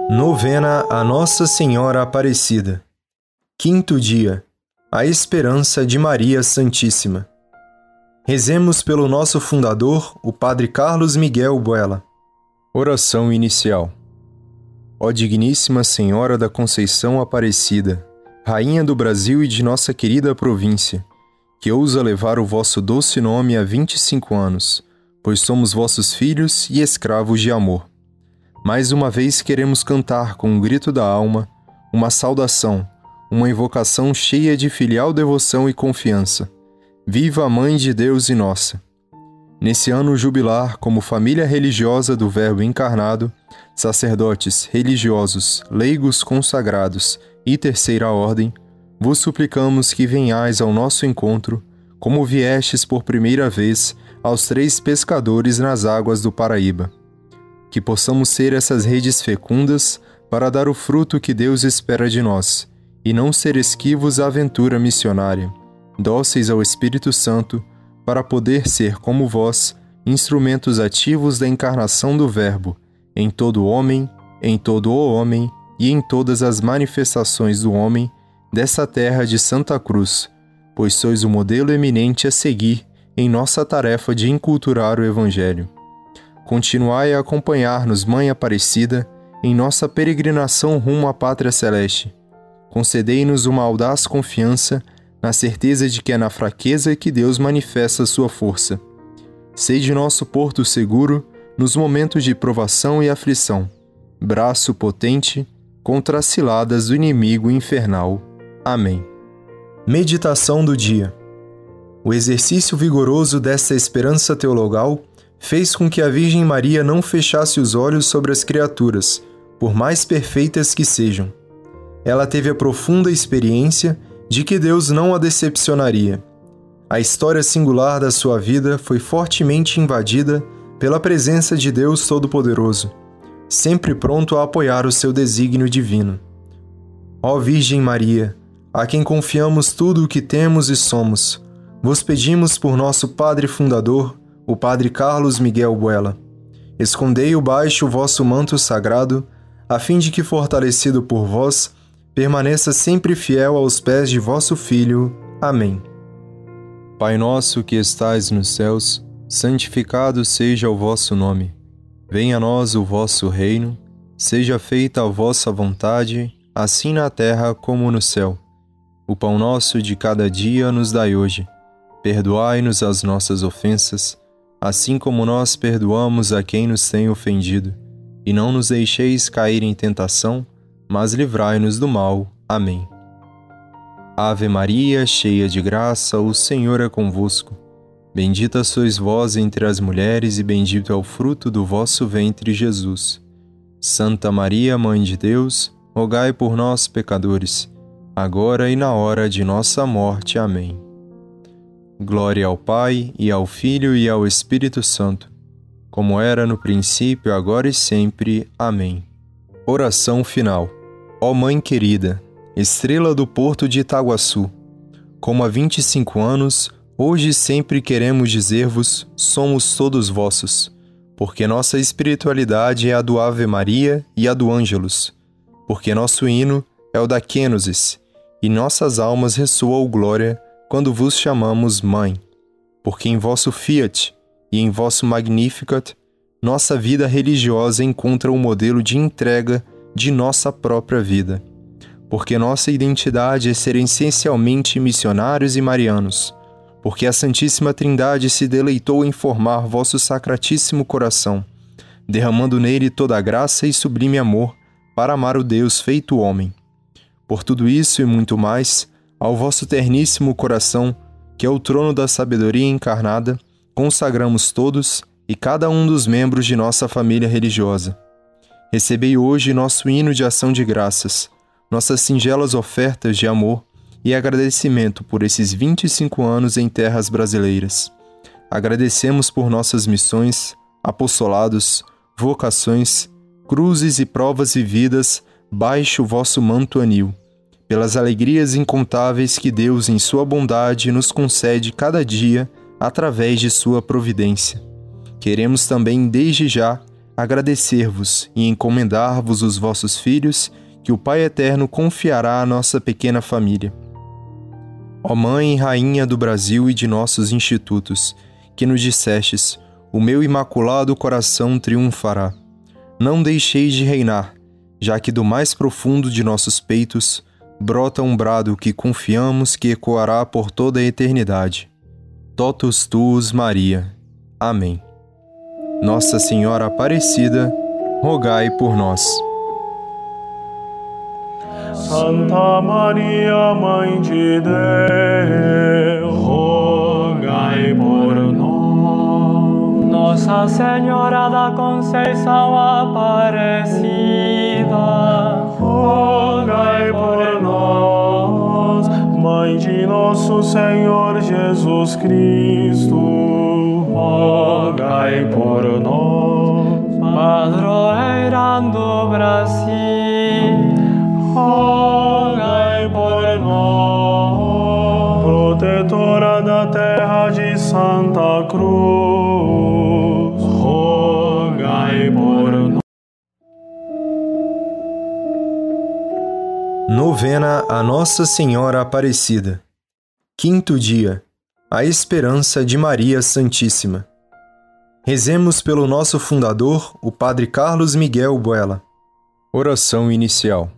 Novena a Nossa Senhora Aparecida. Quinto dia. A esperança de Maria Santíssima. Rezemos pelo nosso fundador, o Padre Carlos Miguel Buela. Oração inicial. Ó digníssima Senhora da Conceição Aparecida, Rainha do Brasil e de nossa querida província, que ousa levar o vosso doce nome há 25 anos, pois somos vossos filhos e escravos de amor. Mais uma vez queremos cantar com um grito da alma, uma saudação, uma invocação cheia de filial devoção e confiança. Viva a Mãe de Deus e nossa! Nesse ano jubilar, como família religiosa do Verbo encarnado, sacerdotes, religiosos, leigos consagrados e terceira ordem, vos suplicamos que venhais ao nosso encontro, como viestes por primeira vez aos 3 pescadores nas águas do Paraíba. Que possamos ser essas redes fecundas para dar o fruto que Deus espera de nós, e não ser esquivos à aventura missionária, dóceis ao Espírito Santo, para poder ser, como vós, instrumentos ativos da encarnação do Verbo, em todo homem, em todo o homem e em todas as manifestações do homem dessa terra de Santa Cruz, pois sois o modelo eminente a seguir em nossa tarefa de inculturar o Evangelho. Continuai a acompanhar-nos, Mãe Aparecida, em nossa peregrinação rumo à Pátria Celeste. Concedei-nos uma audaz confiança na certeza de que é na fraqueza que Deus manifesta sua força. Sede nosso porto seguro nos momentos de provação e aflição, braço potente contra as ciladas do inimigo infernal. Amém. Meditação do dia. O exercício vigoroso desta esperança teologal fez com que a Virgem Maria não fechasse os olhos sobre as criaturas, por mais perfeitas que sejam. Ela teve a profunda experiência de que Deus não a decepcionaria. A história singular da sua vida foi fortemente invadida pela presença de Deus Todo-Poderoso, sempre pronto a apoiar o seu desígnio divino. Ó Virgem Maria, a quem confiamos tudo o que temos e somos, vos pedimos por nosso Padre Fundador, o Padre Carlos Miguel Buela. Escondei-o baixo o vosso manto sagrado, a fim de que, fortalecido por vós, permaneça sempre fiel aos pés de vosso Filho. Amém. Pai nosso que estais nos céus, santificado seja o vosso nome. Venha a nós o vosso reino, seja feita a vossa vontade, assim na terra como no céu. O pão nosso de cada dia nos dai hoje. Perdoai-nos as nossas ofensas, assim como nós perdoamos a quem nos tem ofendido. E não nos deixeis cair em tentação, mas livrai-nos do mal. Amém. Ave Maria, cheia de graça, o Senhor é convosco. Bendita sois vós entre as mulheres, e bendito é o fruto do vosso ventre, Jesus. Santa Maria, Mãe de Deus, rogai por nós, pecadores, agora e na hora de nossa morte. Amém. Glória ao Pai, e ao Filho, e ao Espírito Santo, como era no princípio, agora e sempre. Amém. Oração final. Ó Mãe querida, estrela do porto de Itaguaçu, como há 25 anos, hoje e sempre queremos dizer-vos, somos todos vossos, porque nossa espiritualidade é a do Ave Maria e a do Ângelus, porque nosso hino é o da Quênosis, e nossas almas ressoam glória quando vos chamamos Mãe, porque em vosso Fiat e em vosso Magnificat, nossa vida religiosa encontra o modelo de entrega de nossa própria vida, porque nossa identidade é ser essencialmente missionários e marianos, porque a Santíssima Trindade se deleitou em formar vosso sacratíssimo coração, derramando nele toda a graça e sublime amor para amar o Deus feito homem. Por tudo isso e muito mais, ao vosso terníssimo coração, que é o trono da sabedoria encarnada, consagramos todos e cada um dos membros de nossa família religiosa. Recebei hoje nosso hino de ação de graças, nossas singelas ofertas de amor e agradecimento por esses 25 anos em terras brasileiras. Agradecemos por nossas missões, apostolados, vocações, cruzes e provas vividas baixo o vosso manto anil, pelas alegrias incontáveis que Deus, em sua bondade, nos concede cada dia através de sua providência. Queremos também, desde já, agradecer-vos e encomendar-vos os vossos filhos, que o Pai Eterno confiará à nossa pequena família. Ó Mãe e Rainha do Brasil e de nossos institutos, que nos dissestes, o meu imaculado coração triunfará. Não deixeis de reinar, já que do mais profundo de nossos peitos brota um brado que confiamos que ecoará por toda a eternidade. Totus tuus, Maria. Amém. Nossa Senhora Aparecida, rogai por nós. Santa Maria, Mãe de Deus, rogai por nós. Nossa Senhora da Conceição Aparecida, rogai por nós. Mãe de nosso Senhor Jesus Cristo, rogai por nós. Padroeira do Brasil, rogai por nós. Protetora da terra de Santa Cruz, rogai por nós. Novena a Nossa Senhora Aparecida. Quinto dia. A esperança de Maria Santíssima. Rezemos pelo nosso fundador, o Padre Carlos Miguel Buela. Oração inicial.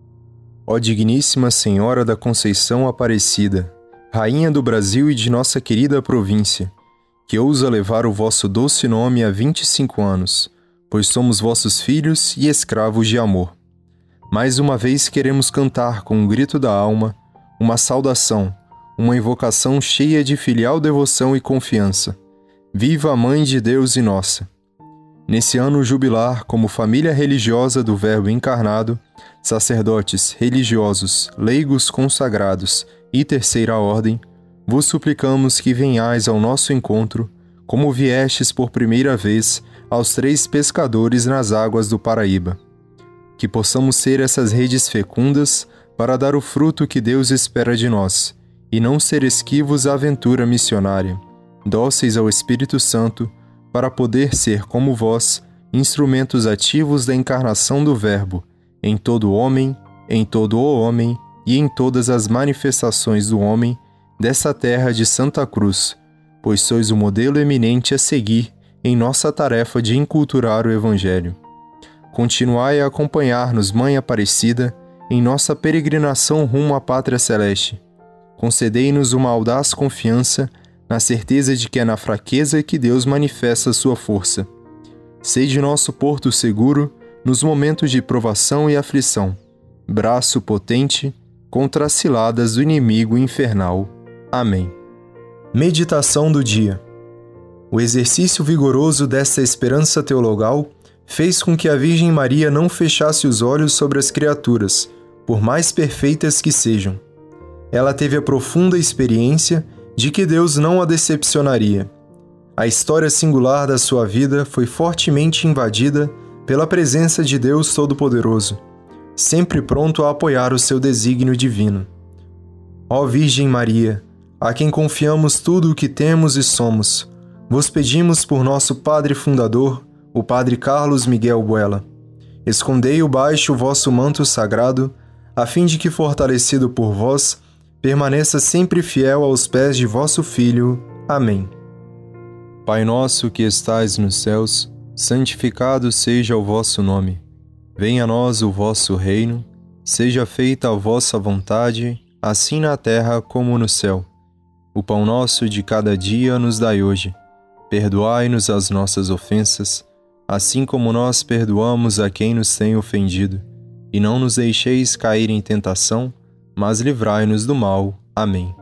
Ó digníssima Senhora da Conceição Aparecida, Rainha do Brasil e de nossa querida província, que ousa levar o vosso doce nome há 25 anos, pois somos vossos filhos e escravos de amor. Mais uma vez queremos cantar com um grito da alma, uma saudação, uma invocação cheia de filial devoção e confiança. Viva a Mãe de Deus e nossa! Nesse ano jubilar, como família religiosa do Verbo encarnado, sacerdotes, religiosos, leigos consagrados e terceira ordem, vos suplicamos que venhais ao nosso encontro, como viestes por primeira vez aos 3 pescadores nas águas do Paraíba. Que possamos ser essas redes fecundas para dar o fruto que Deus espera de nós, e não ser esquivos à aventura missionária, dóceis ao Espírito Santo, para poder ser, como vós, instrumentos ativos da encarnação do Verbo, em todo homem, em todo o homem e em todas as manifestações do homem dessa terra de Santa Cruz, pois sois o modelo eminente a seguir em nossa tarefa de inculturar o Evangelho. Continuai a acompanhar-nos, Mãe Aparecida, em nossa peregrinação rumo à Pátria Celeste. Concedei-nos uma audaz confiança na certeza de que é na fraqueza que Deus manifesta sua força. Sede nosso porto seguro nos momentos de provação e aflição, braço potente contra as ciladas do inimigo infernal. Amém. Meditação do dia. O exercício vigoroso desta esperança teologal fez com que a Virgem Maria não fechasse os olhos sobre as criaturas, por mais perfeitas que sejam. Ela teve a profunda experiência de que Deus não a decepcionaria. A história singular da sua vida foi fortemente invadida pela presença de Deus Todo-Poderoso, sempre pronto a apoiar o seu desígnio divino. Ó Virgem Maria, a quem confiamos tudo o que temos e somos, vos pedimos por nosso Padre Fundador, o Padre Carlos Miguel Buela. Escondei-o baixo o vosso manto sagrado, a fim de que, fortalecido por vós, permaneça sempre fiel aos pés de vosso Filho. Amém. Pai nosso que estais nos céus, santificado seja o vosso nome. Venha a nós o vosso reino, seja feita a vossa vontade, assim na terra como no céu. O pão nosso de cada dia nos dai hoje. Perdoai-nos as nossas ofensas, assim como nós perdoamos a quem nos tem ofendido. E não nos deixeis cair em tentação, mas livrai-nos do mal. Amém.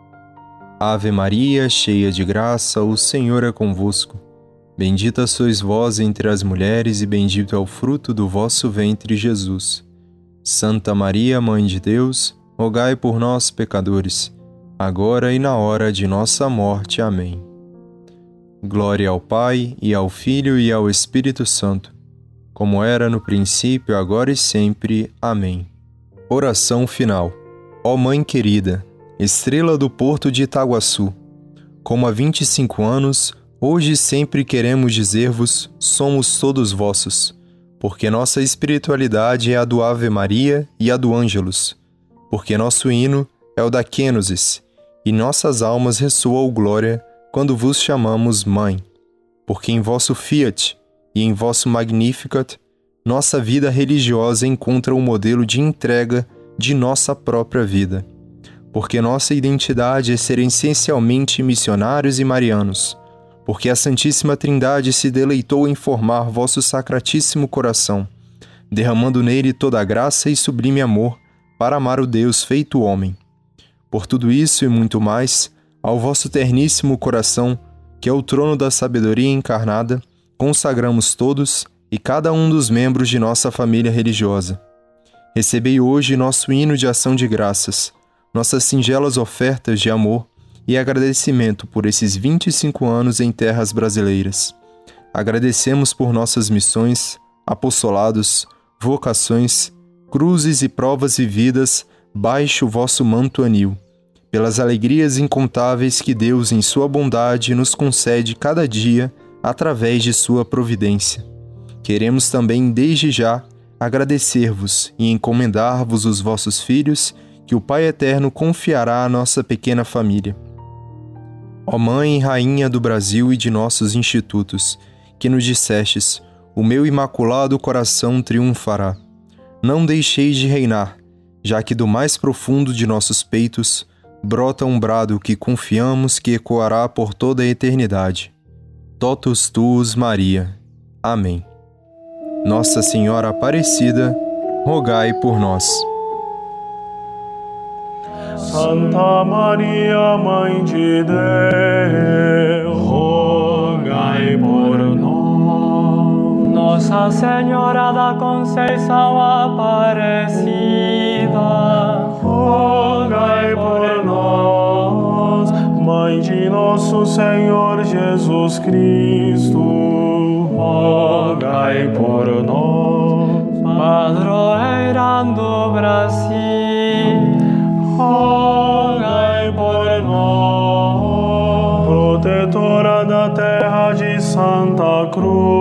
Ave Maria, cheia de graça, o Senhor é convosco. Bendita sois vós entre as mulheres e bendito é o fruto do vosso ventre, Jesus. Santa Maria, Mãe de Deus, rogai por nós, pecadores, agora e na hora de nossa morte. Amém. Glória ao Pai, e ao Filho, e ao Espírito Santo, como era no princípio, agora e sempre. Amém. Oração final. Ó Mãe querida, estrela do porto de Itaguaçu, como há 25 anos Hoje sempre queremos dizer-vos, somos todos vossos, porque nossa espiritualidade é a do Ave Maria e a do Ângelus, porque nosso hino é o da Kênosis, e nossas almas ressoam glória quando vos chamamos Mãe, porque em vosso Fiat e em vosso Magnificat, nossa vida religiosa encontra o modelo de entrega de nossa própria vida, porque nossa identidade é ser essencialmente missionários e marianos, porque a Santíssima Trindade se deleitou em formar vosso sacratíssimo coração, derramando nele toda a graça e sublime amor para amar o Deus feito homem. Por tudo isso e muito mais, ao vosso terníssimo coração, que é o trono da sabedoria encarnada, consagramos todos e cada um dos membros de nossa família religiosa. Recebei hoje nosso hino de ação de graças, nossas singelas ofertas de amor e agradecimento por esses 25 anos em terras brasileiras. Agradecemos por nossas missões, apostolados, vocações, cruzes e provas vividas baixo o vosso manto anil, pelas alegrias incontáveis que Deus, em sua bondade, nos concede cada dia através de sua providência. Queremos também, desde já, agradecer-vos e encomendar-vos os vossos filhos, que o Pai Eterno confiará à nossa pequena família. Ó Mãe e Rainha do Brasil e de nossos institutos, que nos dissestes, o meu imaculado coração triunfará. Não deixeis de reinar, já que do mais profundo de nossos peitos brota um brado que confiamos que ecoará por toda a eternidade. Totus tuus, Maria. Amém. Nossa Senhora Aparecida, rogai por nós. Santa Maria, Mãe de Deus, rogai por nós. Nossa Senhora da Conceição Aparecida, rogai por nós. Mãe de nosso Senhor Jesus Cristo, rogai por nós. Padroeira do Brasil, rogai por nós. Protetora da terra de Santa Cruz,